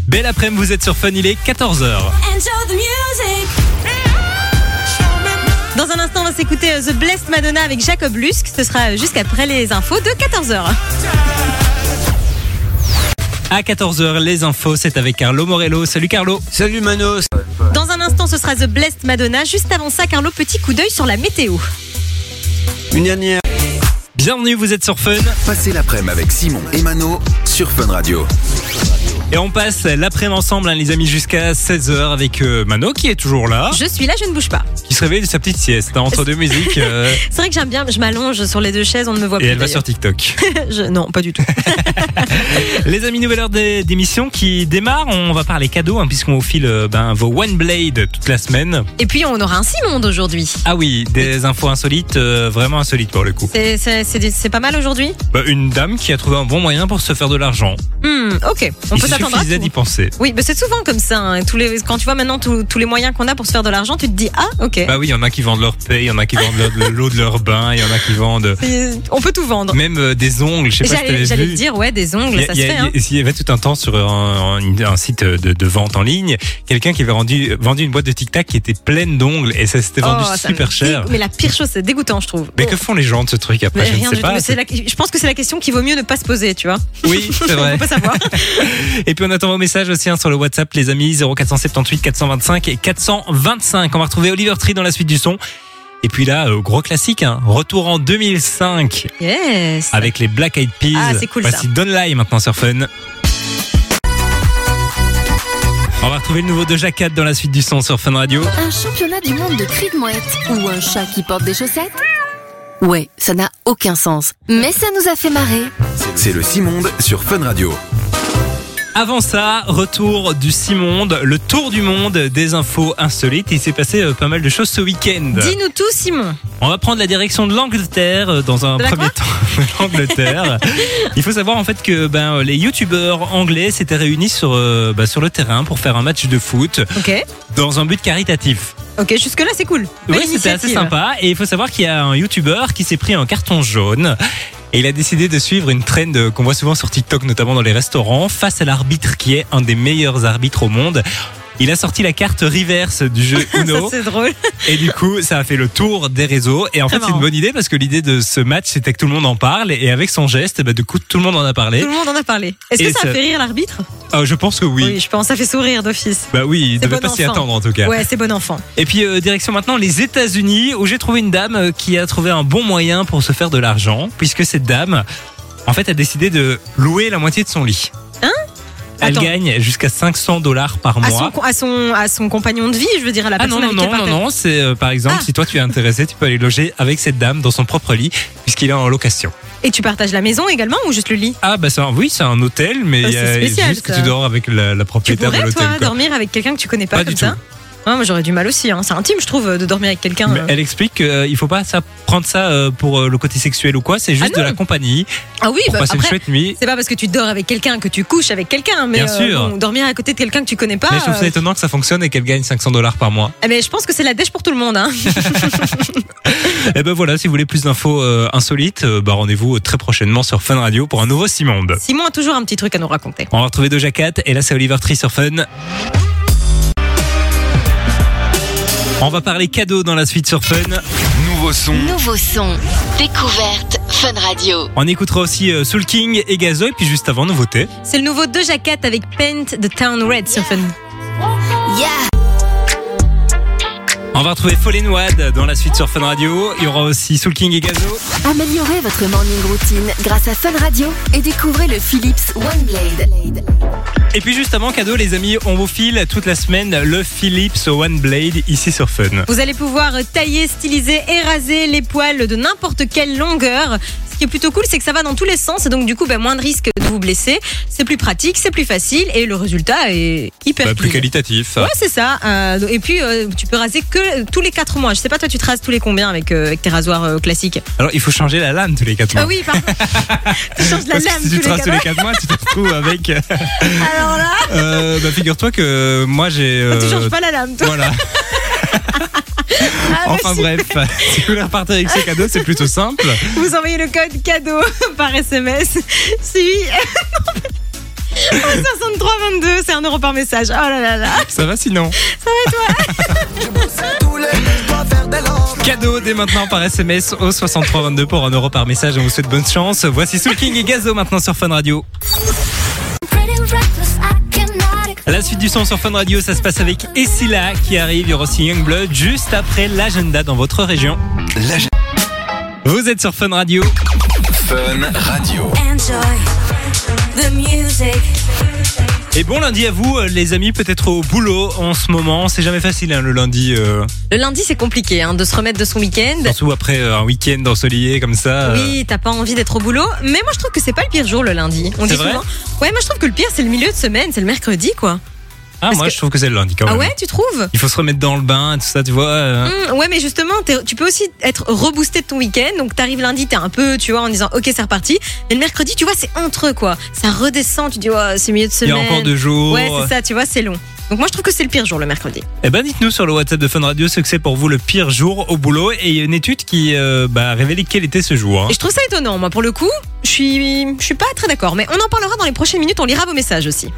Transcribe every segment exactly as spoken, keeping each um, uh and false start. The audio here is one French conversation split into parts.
Belle après-midi, vous êtes sur Fun, il est quatorze heures. Dans un instant, on va s'écouter The Blessed Madonna avec Jacob Lusk. Ce sera jusqu'après les infos de quatorze heures. À quatorze heures, les infos, c'est avec Carlo Morello. Salut Carlo. Salut Manos. Dans un instant, ce sera The Blessed Madonna. Juste avant ça, Carlo, petit coup d'œil sur la météo. Une dernière. Bienvenue, vous êtes sur Fun. Passez l'après-midi avec Simon et Mano sur Fun Radio. Et on passe l'après-midi ensemble, hein, les amis, jusqu'à seize heures avec euh, Mano qui est toujours là. Je suis là, je ne bouge pas. Qui se réveille de sa petite sieste hein, entre deux musiques. Euh... C'est vrai que j'aime bien, je m'allonge sur les deux chaises, on ne me voit Et plus. elle va d'ailleurs. sur TikTok. je... Non, pas du tout. Les amis, nouvelle heure d'é- d'émission qui démarre. On va parler cadeaux, hein, puisqu'on vous file euh, ben, vos One Blade toute la semaine. Et puis, on aura un Simon aujourd'hui. Ah oui, des infos insolites, euh, vraiment insolites pour le coup. C'est, c'est, c'est, c'est pas mal aujourd'hui. Bah, une dame qui a trouvé un bon moyen pour se faire de l'argent. Hmm, ok, on Il peut s'attendre à suffisait tout. d'y penser. Oui, mais c'est souvent comme ça. Hein. Tous les, quand tu vois maintenant tous, tous les moyens qu'on a pour se faire de l'argent, tu te dis ah ok. Bah oui, il y en a qui vendent leur paix, il y en a qui vendent leur- de l'eau de leur bain, il y en a qui vendent C'est- On peut tout vendre. même euh, des ongles. Je sais pas si J'allais, t'avais j'allais vu. te dire ouais des ongles, Il y, a- ça il y se a- fait. Hein. il y avait tout un temps sur un, un- un site de, de vente en ligne, quelqu'un qui avait rendu, vendu une boîte de Tic Tac qui était pleine d'ongles et ça s'était vendu Oh, ça super me cher. dégoûte. Mais la pire chose, c'est dégoûtant, je trouve. Mais Oh. que font les gens de ce truc après? Mais Je ne rien sais du tout. pas. Mais c'est la- je pense que c'est la question qu'il vaut mieux ne pas se poser, tu vois. Oui, c'est vrai. On peut pas savoir. Et puis on attend vos messages aussi hein, sur le WhatsApp, les amis, zéro quatre sept huit quatre cent vingt-cinq et quatre cent vingt-cinq. On va retrouver Oliver Tree dans la suite du son. Et puis là, euh, gros classique, hein, retour en deux mille cinq Yes. avec les Black Eyed Peas. Ah, c'est cool, Voici ça. Don't Lie maintenant sur Fun. On va retrouver le nouveau Doja Cat dans la suite du son sur Fun Radio. Un championnat du monde de cris de mouette ou un chat qui porte des chaussettes? Ouais, ça n'a aucun sens. Mais ça nous a fait marrer. C'est le Simonde sur Fun Radio. Avant ça, retour du Simonde, le tour du monde des infos insolites. Il s'est passé euh, pas mal de choses ce week-end. Dis-nous tout, Simon. On va prendre la direction de l'Angleterre euh, dans un De la premier quoi temps. L'Angleterre. Il faut savoir en fait que ben, les youtubeurs anglais s'étaient réunis sur, euh, ben, sur le terrain pour faire un match de foot Ok. dans un but caritatif. Ok, jusque-là, c'est cool. Belle Oui, c'était assez initiative. sympa. Et il faut savoir qu'il y a un youtubeur qui s'est pris un carton jaune. Et il a décidé de suivre une trend qu'on voit souvent sur TikTok, notamment dans les restaurants, face à l'arbitre qui est un des meilleurs arbitres au monde. Il a sorti la carte reverse du jeu Uno. Ça, c'est drôle. Et du coup, ça a fait le tour des réseaux. Et en Très fait, c'est une marrant. bonne idée parce que l'idée de ce match, c'était que tout le monde en parle. Et avec son geste, bah, du coup, tout le monde en a parlé. Tout le monde en a parlé. Est-ce Et que ça, ça- a fait rire l'arbitre? Ah, je pense que oui. je pense. Ça fait sourire d'office. Bah oui, il C'est devait bon pas s'y enfant. attendre en tout cas. Ouais, c'est bon enfant. Et puis, euh, direction maintenant les États-Unis où j'ai trouvé une dame euh, qui a trouvé un bon moyen pour se faire de l'argent. Puisque cette dame, en fait, a décidé de louer la moitié de son lit. Hein? Elle Attends. gagne jusqu'à cinq cents dollars par À mois. son, à, son, à son compagnon de vie, je veux dire, à la Ah non, personne non, avec qui non, elle non, partait. non, c'est euh, par exemple, Ah. si toi tu es intéressé, tu peux aller loger avec cette dame dans son propre lit, puisqu'il est en location. Et tu partages la maison également ou juste le lit? Ah, bah c'est un- oui, c'est un hôtel, mais Ah, il c'est y a spécial, juste que ça. tu dors avec la, la Tu propriétaire de pourrais, l'hôtel. toi, quoi. dormir avec quelqu'un que tu connais pas, Pas comme du ça? tout. Ouais, moi, j'aurais du mal aussi. Hein. C'est intime, je trouve, de dormir avec quelqu'un. Mais euh. elle explique qu'il faut pas ça, prendre ça euh, pour euh, le côté sexuel ou quoi, c'est juste Ah de non. la compagnie, Ah oui, pour bah, passer une après, chouette nuit. c'est pas parce que tu dors avec quelqu'un que tu couches avec quelqu'un, mais Bien sûr. bon, dormir à côté de quelqu'un que tu connais pas. Mais je trouve ça euh, étonnant que ça fonctionne et qu'elle gagne cinq cents dollars par mois. eh ben, je pense que c'est la dèche pour tout le monde. Hein. Et ben voilà, si vous voulez plus d'infos euh, insolites, euh, bah rendez-vous très prochainement sur Fun Radio pour un nouveau Simonde. Simon a toujours un petit truc à nous raconter. On va retrouver Doja Cat et là c'est Oliver Tree sur Fun. On va parler cadeaux dans la suite sur Fun. Nouveau son. Nouveau son. Découverte Fun Radio. On écoutera aussi euh, Soul King et Gazo et puis juste avant nouveauté. C'est le nouveau Doja Cat avec Paint the Town Red sur Fun. Yeah. On va retrouver Fallen Wad dans la suite sur Fun Radio. Il y aura aussi Soul King et Gazo. Améliorez votre morning routine grâce à Fun Radio et découvrez le Philips One Blade. Et puis juste avant cadeau les amis, on vous file toute la semaine le Philips One Blade ici sur Fun. Vous allez pouvoir tailler, styliser et raser les poils de n'importe quelle longueur. Ce qui est plutôt cool, c'est que ça va dans tous les sens et donc du coup, ben, moins de risque de vous blesser. C'est plus pratique, c'est plus facile et le résultat est hyper Bah, plus clean. qualitatif. Ouais, c'est ça. Euh, et puis, euh, tu peux raser que tous les quatre mois. Je sais pas, toi, tu te rases tous les combien avec, euh, avec tes rasoirs euh, classiques? Alors il faut changer la lame tous les quatre mois. Ah oui, pardon. Tu changes la Parce que lame si tous tu te les rases tous les quatre quatre mois, tu te retrouves avec. euh, mois. Alors là, euh, bah, figure-toi que moi j'ai. euh, tu changes pas la lame, toi. Voilà. Ah, bah, Enfin si. bref, si vous voulez repartir avec ces cadeaux, c'est plutôt simple. Vous envoyez le code cadeau par S M S. Si. soixante-trois vingt-deux, c'est un euro par message. Oh là là là. Ça va sinon? Cadeau dès maintenant par S M S au soixante-trois vingt-deux pour un euro par message. On vous souhaite bonne chance. Voici Soul King et Gazo maintenant sur Fun Radio. La suite du son sur Fun Radio, ça se passe avec Essila qui arrive. Il y aura aussi Youngblood juste après l'agenda dans votre région. L'agenda. Vous êtes sur Fun Radio. Fun Radio. Enjoy the music. Et bon lundi à vous, les amis, peut-être au boulot en ce moment. C'est jamais facile hein, le lundi. Euh... Le lundi, c'est compliqué hein, de se remettre de son week-end. Surtout après euh, un week-end ensoleillé comme ça. Oui, t'as pas envie d'être au boulot. Mais moi, je trouve que c'est pas le pire jour le lundi. On C'est dit vrai souvent. Ouais, moi, je trouve que le pire, c'est le milieu de semaine, c'est le mercredi, quoi. Ah, Parce moi que- je trouve que c'est le lundi quand même. Ah ouais, tu trouves? Il faut se remettre dans le bain, tout ça, tu vois. euh. Mmh, ouais, mais justement, t'es- tu peux aussi être reboosté de ton week-end. Donc, t'arrives lundi, t'es un peu, tu vois, en disant, ok, c'est reparti. Mais le mercredi, tu vois, c'est entre eux, quoi. Ça redescend, tu dis, oh, c'est milieu de Il y semaine. a encore deux jours. Ouais, c'est ça, tu vois, c'est long. Donc, moi, je trouve que c'est le pire jour, le mercredi. Eh ben, dites-nous sur le WhatsApp de Fun Radio ce que c'est pour vous le pire jour au boulot. Et il y a une étude qui euh, bah, a révélé quel était ce jour. hein. Et je trouve ça étonnant, moi, pour le coup. Je suis, je suis pas très d'accord. Mais on en parlera dans les prochaines minutes. On lira vos messages aussi.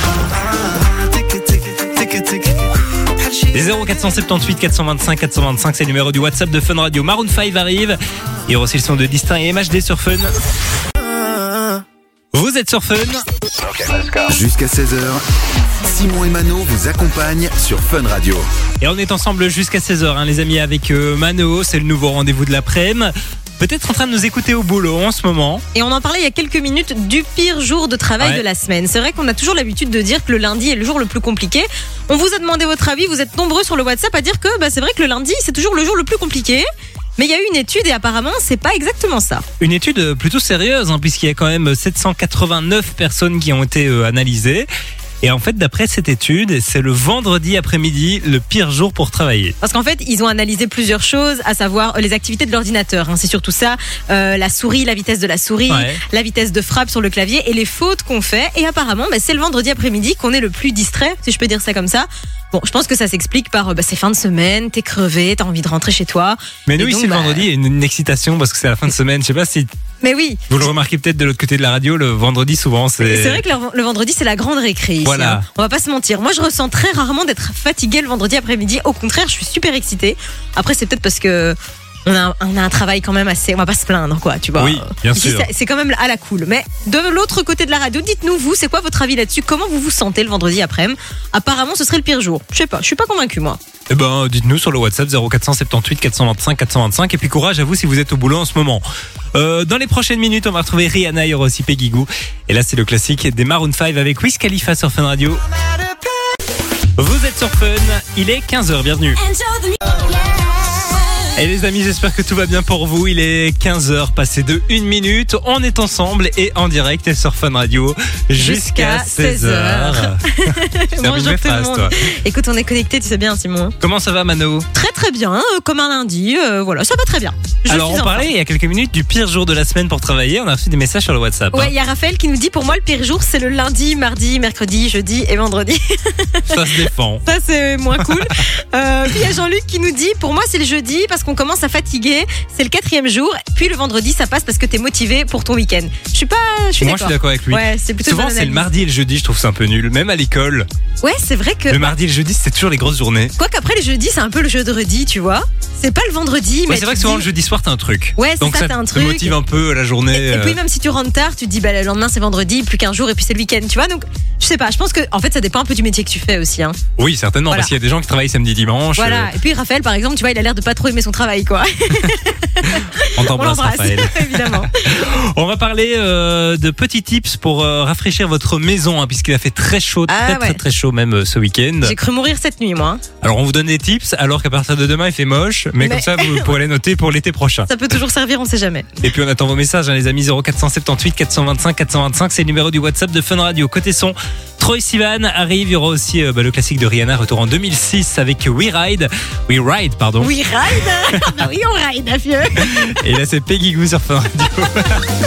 Les zéro quatre cent soixante-dix-huit quatre cent vingt-cinq quatre cent vingt-cinq, c'est le numéro du WhatsApp de Fun Radio. Maroon cinq arrive. Il y aura aussi le son de Distinct et M H D sur Fun. Vous êtes sur Fun. Jusqu'à seize heures, Simon et Mano vous accompagnent sur Fun Radio. Et on est ensemble jusqu'à seize heures, hein, les amis, avec euh, Mano. C'est le nouveau rendez-vous de l'après-midi. Peut-être en train de nous écouter au boulot en ce moment. Et on en parlait il y a quelques minutes du pire jour de travail Ouais. de la semaine. C'est vrai qu'on a toujours l'habitude de dire que le lundi est le jour le plus compliqué. On vous a demandé votre avis. Vous êtes nombreux sur le WhatsApp à dire que bah, c'est vrai que le lundi, c'est toujours le jour le plus compliqué. Mais il y a eu une étude et apparemment, c'est pas exactement ça. Une étude plutôt sérieuse, hein, puisqu'il y a quand même sept cent quatre-vingt-neuf personnes qui ont été euh, analysées. Et en fait, d'après cette étude, c'est le vendredi après-midi le pire jour pour travailler. Parce qu'en fait, ils ont analysé plusieurs choses, à savoir euh, les activités de l'ordinateur. hein. C'est surtout ça, euh, la souris, la vitesse de la souris, Ouais. la vitesse de frappe sur le clavier et les fautes qu'on fait. Et apparemment, bah, c'est le vendredi après-midi qu'on est le plus distrait, si je peux dire ça comme ça. Bon, je pense que ça s'explique par euh, bah, c'est fin de semaine, t'es crevé, t'as envie de rentrer chez toi. Mais nous, Et ici, donc, le bah, vendredi, il y a une, une excitation parce que c'est la fin de semaine. Je sais pas si Mais oui, vous le remarquez peut-être de l'autre côté de la radio, le vendredi, souvent, c'est... c'est vrai que le, le vendredi, c'est la grande récré ici. Voilà. hein. On va pas se mentir. Moi, je ressens très rarement d'être fatiguée le vendredi après-midi. Au contraire, je suis super excitée. Après, c'est peut-être parce que on a, on a un travail quand même assez. On va pas se plaindre, quoi, tu vois. Oui, bien Ici, sûr. c'est- c'est quand même à la cool. Mais de l'autre côté de la radio, dites-nous, vous, c'est quoi votre avis là-dessus? Comment vous vous sentez le vendredi après-midi? Apparemment, ce serait le pire jour. Je sais pas, je suis pas convaincue, moi. Eh ben, dites-nous sur le WhatsApp zéro quatre cent soixante-dix-huit quatre cent vingt-cinq quatre cent vingt-cinq. Et puis courage à vous si vous êtes au boulot en ce moment. Euh, dans les prochaines minutes, on va retrouver Rihanna, il y aura aussi Peggy Goo. Et là, c'est le classique des Maroon cinq avec Wiz Khalifa sur Fun Radio. Vous êtes sur Fun, il est quinze heures, bienvenue. Enjoy the music. Et les amis, j'espère que tout va bien pour vous. Il est quinze heures, passé de une minute. On est ensemble et en direct et sur Fun Radio jusqu'à Jusqu'à seize heures. Bonjour mes tout le phrases, monde. toi. Écoute, on est connectés, tu sais bien, Simon. Comment ça va, Mano? Très très bien, euh, comme un lundi. euh, voilà, ça va très bien. Je Alors, suis on en parlait il y a quelques minutes du pire jour de la semaine pour travailler. On a reçu des messages sur le WhatsApp. Ouais, hein. il y a Raphaël qui nous dit pour moi le pire jour c'est le lundi, mardi, mercredi, jeudi et vendredi. Ça se défend. Ça c'est moins cool. Euh, puis il y a Jean-Luc qui nous dit pour moi c'est le jeudi parce qu'on commence à fatiguer, c'est le quatrième jour. Puis le vendredi ça passe parce que t'es motivé pour ton week-end. Je suis pas, je suis Moi, je suis d'accord avec lui. Ouais, c'est plutôt Souvent, une bonne c'est le analyse. mardi et le jeudi, je trouve ça un peu nul. Même à l'école, Ouais, c'est vrai que. le mardi et le jeudi, c'est toujours les grosses journées. Quoi qu'après le jeudi c'est un peu le jeudi, tu vois. C'est pas le vendredi, mais. Ouais, c'est vrai tu que souvent dis- le jeudi soir, t'as un truc. Ouais, c'est Donc ça, ça t'as un te truc. motive un peu la journée. Et, et puis euh. même si tu rentres tard, tu te dis bah le lendemain c'est vendredi, plus qu'un jour et puis c'est le week-end, tu vois. Donc je sais pas, je pense que en fait ça dépend un peu du métier que tu fais aussi. Hein. Oui, certainement, Voilà. parce qu'il y a des gens qui travaillent samedi, dimanche. Voilà. Et puis Raphaël par exemple, tu vois, il a l'air de pas trop aimer son travail, quoi. euh, on On t'embrasse, l'embrasse, Raphaël. évidemment. On va parler euh, de petits tips pour euh, rafraîchir votre maison, hein, puisqu'il a fait très chaud, Ah, très ouais. très très chaud même euh, ce week-end. J'ai cru mourir cette nuit, moi. hein. Alors on vous donne des tips, alors qu'à partir de demain il fait moche, mais, Mais- comme ça vous pourrez les noter pour l'été prochain. Ça peut toujours servir, on sait jamais. Et puis on attend vos messages, hein, les amis. Zéro quatre cent soixante-dix-huit quatre cent vingt-cinq quatre cent vingt-cinq, c'est le numéro du WhatsApp de Fun Radio. Côté son, Troye Sivan arrive. Il y aura aussi euh, bah, le classique de Rihanna, retour en deux mille six avec We Ride. We Ride, pardon. Oui, ride. Ah oui, on ride, afieux. Et là c'est Peggy Goo sur Fun Radio.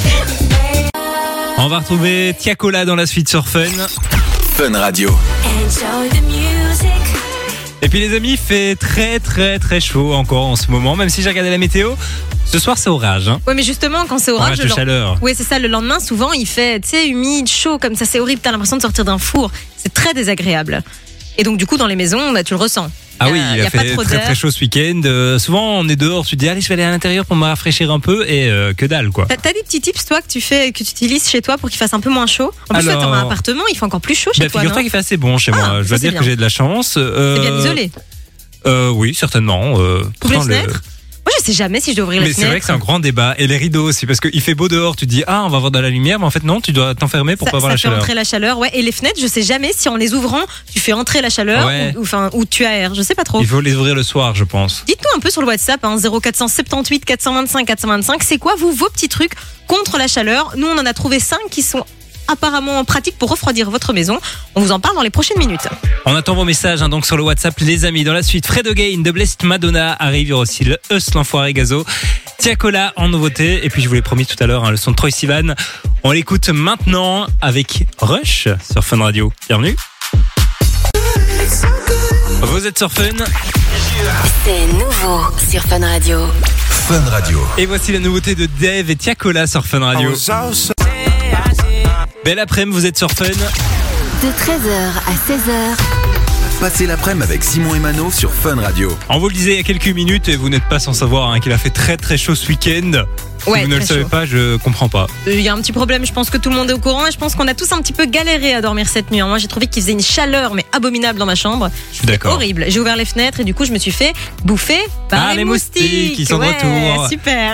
On va retrouver Tiakola dans la suite sur Fun. Fun Radio. Enjoy the music. Et puis les amis, il fait très très très chaud encore en ce moment. Même si j'ai regardé la météo, Ce soir, c'est orage. Hein. Ouais, mais justement, quand c'est orage, Orage de le lend- chaleur. Oui, c'est ça. Le lendemain, souvent, il fait, tu sais, humide, chaud, comme ça, c'est horrible. T'as l'impression de sortir d'un four. C'est très désagréable. Et donc, du coup, dans les maisons, bah, tu le ressens. Ah Il oui, y a- il il y a, a pas fait trop très d'air. très chaud ce week-end. Euh, souvent, on est dehors, tu te dis, allez, je vais aller à l'intérieur pour me rafraîchir un peu et euh, que dalle, quoi. T'as, t'as des petits tips, toi, que tu fais, que tu utilises chez toi pour qu'il fasse un peu moins chaud. En plus, toi, Alors- t'as un appartement, il fait encore plus chaud chez Bah, toi, figure-toi non? qu'il fait assez bon chez Ah, moi. Je ça, dois c'est dire bien. que j'ai de la chance. Euh, C'est bien isolé. euh, Oui, certainement. Euh, Ouvre les pourtant, le- fenêtres. Moi, je sais jamais si je dois ouvrir Mais les c'est fenêtres. vrai que c'est un grand débat. Et les rideaux aussi, parce qu'il fait beau dehors, tu te dis, ah, on va avoir de la lumière, mais en fait, non, tu dois t'enfermer pour ça, pas avoir ça la fait chaleur. entrer la chaleur, ouais. Et les fenêtres, je sais jamais si en les ouvrant, tu fais entrer la chaleur Ouais. ou, ou, enfin, ou tu aères. Je sais pas trop. Il faut les ouvrir le soir, je pense. Dites-nous un peu sur le WhatsApp, hein, zéro quatre sept huit quatre cent vingt-cinq quatre cent vingt-cinq. C'est quoi, vous, vos petits trucs contre la chaleur? Nous, on en a trouvé cinq qui sont apparemment pratiques pour refroidir votre maison. On vous en parle dans les prochaines minutes. On attend vos messages hein, donc sur le WhatsApp, les amis. Dans la suite, Fred Again de Blessed Madonna arrive. Il y aura aussi le Us, l'enfoiré gazo. Tiakola en nouveauté. Et puis, je vous l'ai promis tout à l'heure, hein, le son de Troye Sivan. On l'écoute maintenant avec Rush sur Fun Radio. Bienvenue. Vous êtes sur Fun. C'est nouveau sur Fun Radio. Fun Radio. Et voici la nouveauté de Dave et Tiakola sur Fun Radio. Belle après-midi, vous êtes sur Fun. De treize heures à seize heures, Passez l'après-midi avec Simon et Mano sur Fun Radio. On vous le disait il y a quelques minutes et vous n'êtes pas sans savoir hein, qu'il a fait très très chaud ce week-end. Ouais, si vous ne le très savez chaud. pas, je comprends pas. Il y a un petit problème, je pense que tout le monde est au courant et je pense qu'on a tous un petit peu galéré à dormir cette nuit. Moi, j'ai trouvé qu'il faisait une chaleur mais abominable dans ma chambre. Je suis d'accord. Horrible. J'ai ouvert les fenêtres et du coup, je me suis fait bouffer par Ah, les, les moustiques, ils sont de Ouais, retour. Super.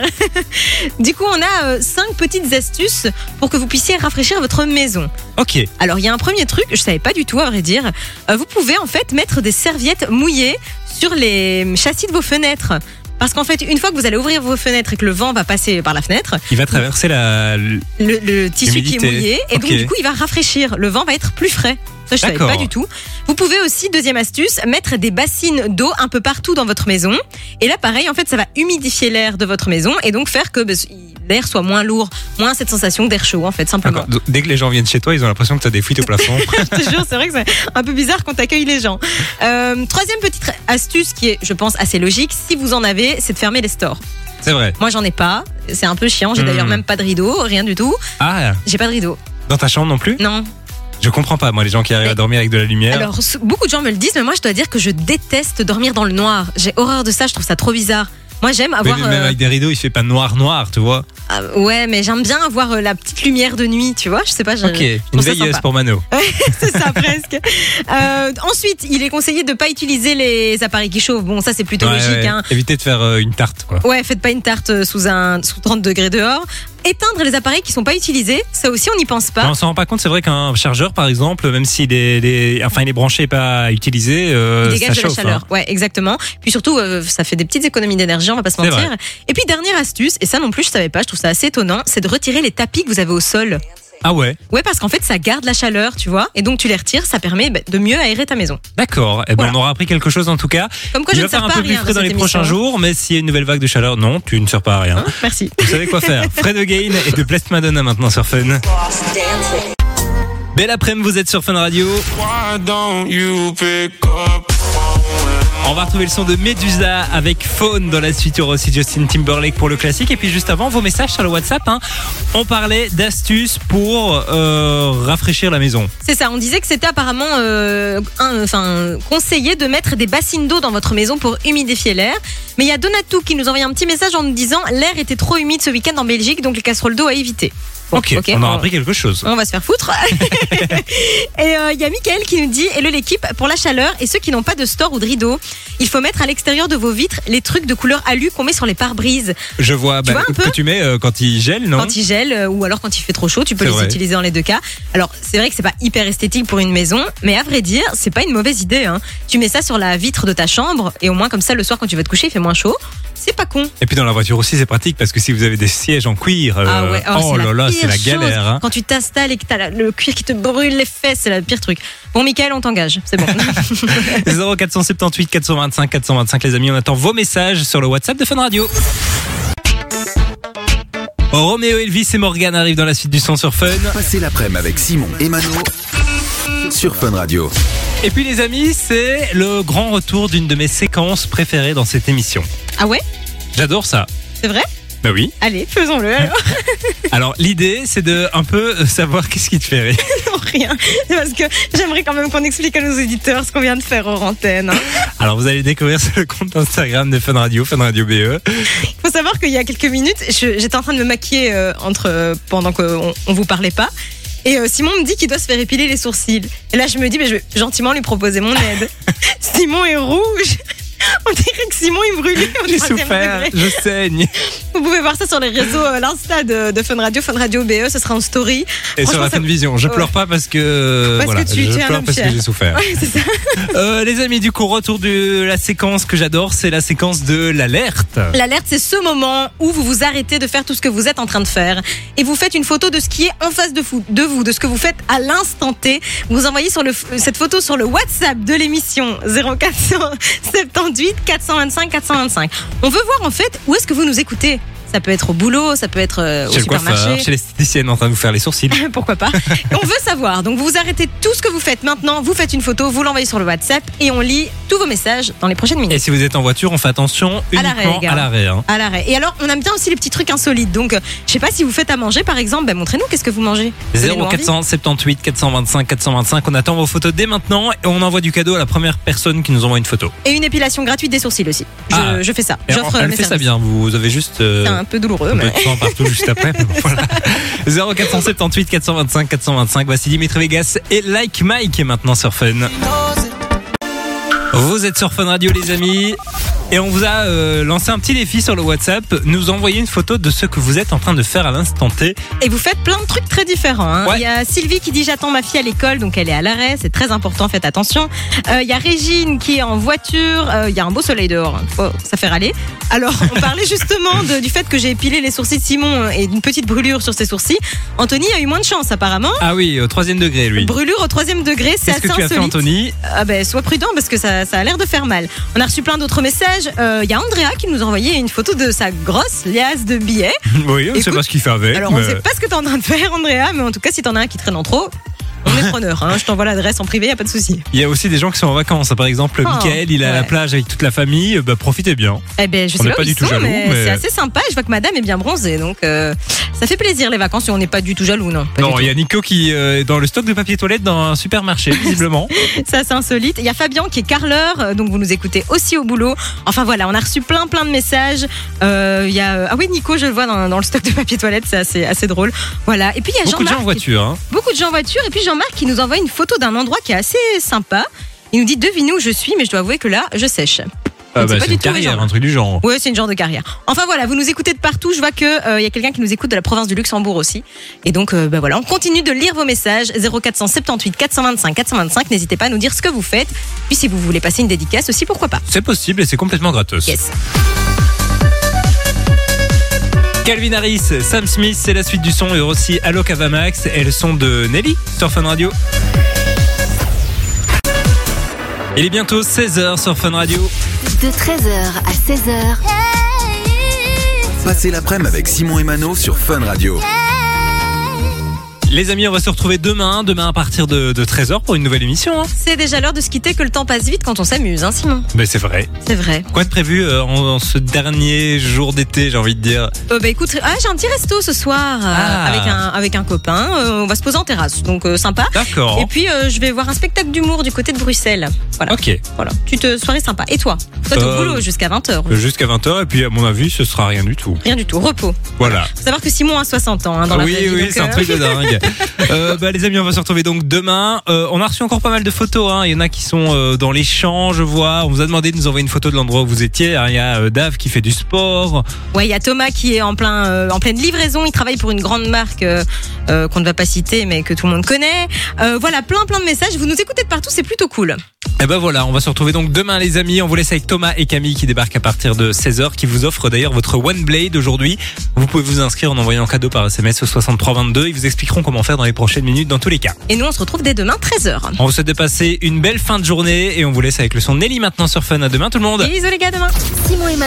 Du coup, on a euh, cinq petites astuces pour que vous puissiez rafraîchir votre maison. Ok. Alors, il y a un premier truc, je savais pas du tout à vrai dire. Euh, vous pouvez en fait mettre des serviettes mouillées sur les châssis de vos fenêtres. Parce qu'en fait, une fois que vous allez ouvrir vos fenêtres et que le vent va passer par la fenêtre, Il va traverser la. le, le tissu Humidité. qui est mouillé et donc Ok. du coup il va rafraîchir. Le vent va être plus frais. Ça je savais D'accord. pas du tout. Vous pouvez aussi, deuxième astuce, mettre des bassines d'eau un peu partout dans votre maison. Et là pareil, en fait ça va humidifier l'air de votre maison et donc faire que bah, l'air soit moins lourd, moins cette sensation d'air chaud en fait simplement. D'accord. Donc, dès que les gens viennent chez toi, ils ont l'impression que tu as des fuites au plafond. Je te jure, c'est vrai que c'est un peu bizarre quand t'accueilles les gens. Euh, troisième petite astuce qui est, je pense, assez logique, si vous en avez, c'est de fermer les stores. C'est vrai. Moi j'en ai pas, c'est un peu chiant, j'ai Hmm. d'ailleurs même pas de rideau, rien du tout. Ah, J'ai pas de rideau. dans ta chambre non plus Non. Je comprends pas, moi, les gens qui arrivent à dormir avec de la lumière. Alors, s- beaucoup de gens me le disent, mais moi, je dois dire que je déteste dormir dans le noir. J'ai horreur de ça, je trouve ça trop bizarre. Moi, j'aime Mais avoir. même euh, avec des rideaux, il fait pas noir-noir, tu vois. ah, ouais, mais j'aime bien avoir euh, la petite lumière de nuit, tu vois. Je sais pas. je- Ok, je une trouve ça veilleuse sympa. pour Mano. C'est ça, presque. Euh, ensuite, il est conseillé de pas utiliser les appareils qui chauffent. Bon, ça, c'est plutôt Ouais, logique. ouais. Hein. Évitez de faire euh, une tarte, quoi. Ouais, faites pas une tarte euh, sous, un, sous trente degrés dehors. Éteindre les appareils qui sont pas utilisés, ça aussi, on n'y pense Mais pas. on s'en rend pas compte, c'est vrai qu'un chargeur, par exemple, même s'il est, les- enfin, il est branché et pas utilisé, euh, Il dégage ça de la chauffe. chaleur. hein. Ouais, exactement. Puis surtout, euh, ça fait des petites économies d'énergie, on va pas se C'est mentir. vrai. Et puis dernière astuce, et ça non plus je savais pas, je trouve ça assez étonnant, c'est de retirer les tapis que vous avez au sol. Ah ouais, Ouais, parce qu'en fait ça garde la chaleur, tu vois, et donc tu les retires, ça permet bah, de mieux aérer ta maison. d'accord. Eh ben, Voilà. on aura appris quelque chose en tout cas. Comme quoi Il je va ne sers faire un pas à peu plus rien frais dans les cette prochains émission. jours, mais s'il y a une nouvelle vague de chaleur, non, tu ne sers pas à rien. Hein, merci. Vous savez quoi faire. Fred Again et de Blessed Madonna maintenant sur Fun. Belle après-midi, vous êtes sur Fun Radio. Why don't you pick up? On va retrouver le son de Medusa avec Faune dans la suite. Il y aura aussi Justin Timberlake pour le classique. Et puis juste avant, vos messages sur le WhatsApp. Hein. On parlait d'astuces pour euh, rafraîchir la maison. C'est ça, on disait que c'était apparemment euh, un- enfin, conseillé de mettre des bassines d'eau dans votre maison pour humidifier l'air. Mais il y a Donatou qui nous envoie un petit message en nous disant l'air était trop humide ce week-end en Belgique, donc les casseroles d'eau à éviter. Bon, ok, on aura appris quelque chose. On va se faire foutre. Et il euh, y a Mickaël qui nous dit hello l'équipe, pour la chaleur et ceux qui n'ont pas de store ou de rideau, il faut mettre à l'extérieur de vos vitres les trucs de couleur alu qu'on met sur les pare-brises. Je vois, bah, vois un peu que tu mets euh, quand il gèle, non? Quand il gèle euh, ou alors quand il fait trop chaud, tu peux C'est les vrai. utiliser dans les deux cas. Alors c'est vrai que c'est pas hyper esthétique pour une maison, mais à vrai dire, c'est pas une mauvaise idée. Hein. Tu mets ça sur la vitre de ta chambre et au moins comme ça le soir quand tu vas te coucher, il fait moins chaud. C'est pas con. Et puis dans la voiture aussi, c'est pratique parce que si vous avez des sièges en cuir, euh, Ah ouais, oh, oh c'est là la là, pire c'est la chose. galère. Hein. Quand tu t'installes et que t'as la- le cuir qui te brûle les fesses, c'est le pire truc. Bon, Mickaël, on t'engage, c'est bon. zéro quatre cent soixante-dix-huit quatre cent vingt-cinq quatre cent vingt-cinq les amis, on attend vos messages sur le WhatsApp de Fun Radio. Roméo Elvis et Morgan arrivent dans la suite du son sur Fun. Passez l'après-midi avec Simon et Mano sur Fun Radio. Et puis les amis, c'est le grand retour d'une de mes séquences préférées dans cette émission. Ah ouais? J'adore ça. C'est vrai? Bah oui. Allez, faisons-le alors. Alors l'idée c'est de un peu savoir qu'est-ce qui te fait rire. Non, rien. C'est parce que j'aimerais quand même qu'on explique à nos éditeurs ce qu'on vient de faire hors antenne. hein. Alors vous allez découvrir sur le compte Instagram de Fun Radio, Fun Radio B E. Il faut savoir qu'il y a quelques minutes, je- j'étais en train de me maquiller euh, entre, euh, pendant qu'on on vous parlait pas. Et euh, Simon me dit qu'il doit se faire épiler les sourcils. Et là, je me dis, mais je vais gentiment lui proposer mon aide. Simon est rouge. On dirait que Simon est brûlé au J'ai troisième souffert, degré. je saigne. Vous pouvez voir ça sur les réseaux, euh, l'Insta de, de Fun Radio, Fun Radio B E, ce sera en story. Et sur Franchement, la ça- Fun Vision, je Ouais. pleure pas parce que Parce voilà, que tu- je tu es un pleure homme parce que fier. j'ai souffert. Ouais, c'est ça. Euh, les amis, du coup, retour de la séquence que j'adore, c'est la séquence de l'alerte. L'alerte, c'est ce moment où vous vous arrêtez de faire tout ce que vous êtes en train de faire et vous faites une photo de ce qui est en face de vous, de, vous, de ce que vous faites à l'instant T. Vous envoyez sur le, cette photo sur le WhatsApp de l'émission zéro quatre cent soixante-dix-huit quatre cent vingt-cinq quatre cent vingt-cinq. On veut voir en fait où est-ce que vous nous écoutez. Ça peut être au boulot, ça peut être euh, au Chez le coiffeur, supermarché. chez l'esthéticienne en train de vous faire les sourcils. Pourquoi pas. Et on veut savoir. Donc vous vous arrêtez tout ce que vous faites maintenant, vous faites une photo, vous l'envoyez sur le WhatsApp et on lit tous vos messages dans les prochaines minutes. Et si vous êtes en voiture, on fait attention À l'arrêt, uniquement les gars. à l'arrêt. Hein. À l'arrêt. Et alors, on aime bien aussi les petits trucs insolites. Donc, euh, je sais pas si vous faites à manger, par exemple, ben, montrez-nous qu'est-ce que vous mangez. Donnez-nous zéro envie. quatre cent soixante-dix-huit quatre cent vingt-cinq quatre cent vingt-cinq. On attend vos photos dès maintenant et on envoie du cadeau à la première personne qui nous envoie une photo. Et une épilation gratuite des sourcils aussi. Je, Ah. je fais ça. Et J'offre elle mes fait ça services. bien. Vous avez juste euh, C'est un peu douloureux, un peu mais. de sang partout juste après. mais bon, voilà. zéro quatre cent soixante-dix-huit quatre cent vingt-cinq quatre cent vingt-cinq. Voici Dimitri Vegas et Like Mike est maintenant sur Fun. Vous êtes sur Fun Radio, les amis. Et on vous a euh, lancé un petit défi sur le WhatsApp. Nous envoyer une photo de ce que vous êtes en train de faire à l'instant T. Et vous faites plein de trucs très différents. hein. Ouais. Il y a Sylvie qui dit j'attends ma fille à l'école, donc elle est à l'arrêt. C'est très important, faites attention. Euh, Il y a Régine qui est en voiture. Euh, Il y a un beau soleil dehors. Oh, ça fait râler. Alors, on parlait justement de- du fait que j'ai épilé les sourcils de Simon et d'une petite brûlure sur ses sourcils. Anthony a eu moins de chance, apparemment. Ah oui, au troisième degré, lui. Brûlure au troisième degré, c'est Qu'est-ce assez que tu as insolite. fait, Anthony? Ah ben, sois prudent parce que ça, ça a l'air de faire mal. On a reçu plein d'autres messages. Euh, Il y a Andrea qui nous a envoyé une photo de sa grosse liasse de billets. Oui, on ne sait Écoute, pas ce qu'il fait avec. Alors, on mais- ne sait pas ce que tu es en train de faire, Andrea, mais en tout cas, si t'en as un qui traîne en trop, on est preneur. Hein. Je t'envoie l'adresse en privé, y a pas de souci. Il y a aussi des gens qui sont en vacances. Par exemple, Oh, Mickaël, il est à la ouais. plage avec toute la famille. Bah, profitez bien. Eh ben, je On sais n'est pas, pas où du ils tout sont, jaloux, mais, mais- c'est assez sympa. Et je vois que Madame est bien bronzée, donc euh, ça fait plaisir les vacances. Et on n'est pas du tout jaloux, non. Pas Non, du il y a Nico qui euh, est dans le stock de papier toilette dans un supermarché, visiblement. tout. Ça, c'est insolite. Il y a Fabien qui est carreleur, euh, donc vous nous écoutez aussi au boulot. Enfin voilà, on a reçu plein plein de messages. Euh, Il y a euh, ah oui, Nico, je le vois dans, dans le stock de papier toilette, c'est assez assez drôle. Voilà. Et puis il y a Beaucoup de gens en Jean-Marc. voiture. Hein. Beaucoup de gens en voiture. Et puis Jean-Marc qui nous envoie une photo d'un endroit qui est assez sympa. Il nous dit devinez où je suis, mais je dois avouer que là, je sèche. Ah, Donc, bah, c'est pas c'est du une tout carrière, original. un truc du genre. Ouais, c'est une genre de carrière. Enfin voilà, vous nous écoutez de partout. Je vois que euh, il y a quelqu'un qui nous écoute de la province du Luxembourg aussi. Et donc, euh, bah voilà, on continue de lire vos messages. zéro quatre cent soixante-dix-huit quatre cent vingt-cinq quatre cent vingt-cinq. N'hésitez pas à nous dire ce que vous faites. Puis si vous voulez passer une dédicace aussi, pourquoi pas. C'est possible et c'est complètement gratos. Yes. Calvin Harris, Sam Smith, c'est la suite du son et aussi Alok Avamax. Elles sont de Nelly sur Fun Radio. Il est bientôt seize heures sur Fun Radio. De treize heures à seize heures, Passez l'après-midi avec Simon et Mano sur Fun Radio. Les amis, on va se retrouver demain, demain à partir de, de treize heures pour une nouvelle émission. Hein. C'est déjà l'heure de se quitter, que le temps passe vite quand on s'amuse, hein, Simon. Ben, c'est vrai. C'est vrai. Quoi de prévu euh, en, en ce dernier jour d'été, j'ai envie de dire? Euh, bah écoute, ah, j'ai un petit resto ce soir euh, Ah. avec un avec un copain. Euh, on va se poser en terrasse, donc euh, sympa. D'accord. Et puis euh, je vais voir un spectacle d'humour du côté de Bruxelles. Voilà. Ok. Voilà. Tu te soirée sympa. Et toi Toi t'es au Euh, boulot jusqu'à vingt heures. Jusqu'à vingt heures et puis à mon avis, ce sera rien du tout. Rien du tout. Repos. Voilà. Faut savoir que Simon a soixante ans hein, dans la oui, vraie vie, oui, donc, c'est un euh, truc de dingue. euh, bah, les amis, on va se retrouver donc demain. Euh, on a reçu encore pas mal de photos. Hein. Il y en a qui sont euh, dans les champs, je vois. On vous a demandé de nous envoyer une photo de l'endroit où vous étiez. Alors, il y a euh, Dave qui fait du sport. Ouais, il y a Thomas qui est en plein euh, en pleine livraison. Il travaille pour une grande marque euh, euh, qu'on ne va pas citer, mais que tout le monde connaît. Euh, voilà, plein plein de messages. Vous nous écoutez de partout, c'est plutôt cool. Et ben voilà, on va se retrouver donc demain, les amis. On vous laisse avec Thomas et Camille qui débarquent à partir de seize heures, qui vous offrent d'ailleurs votre One Blade aujourd'hui. Vous pouvez vous inscrire en envoyant un cadeau par S M S au soixante-trois vingt-deux. Ils vous expliqueront comment faire dans les prochaines minutes dans tous les cas. Et nous, on se retrouve dès demain, treize heures. On vous souhaite de passer une belle fin de journée et on vous laisse avec le son de Nelly maintenant sur Fun. À demain tout le monde. Bisous les gars, demain. Simon et Mano.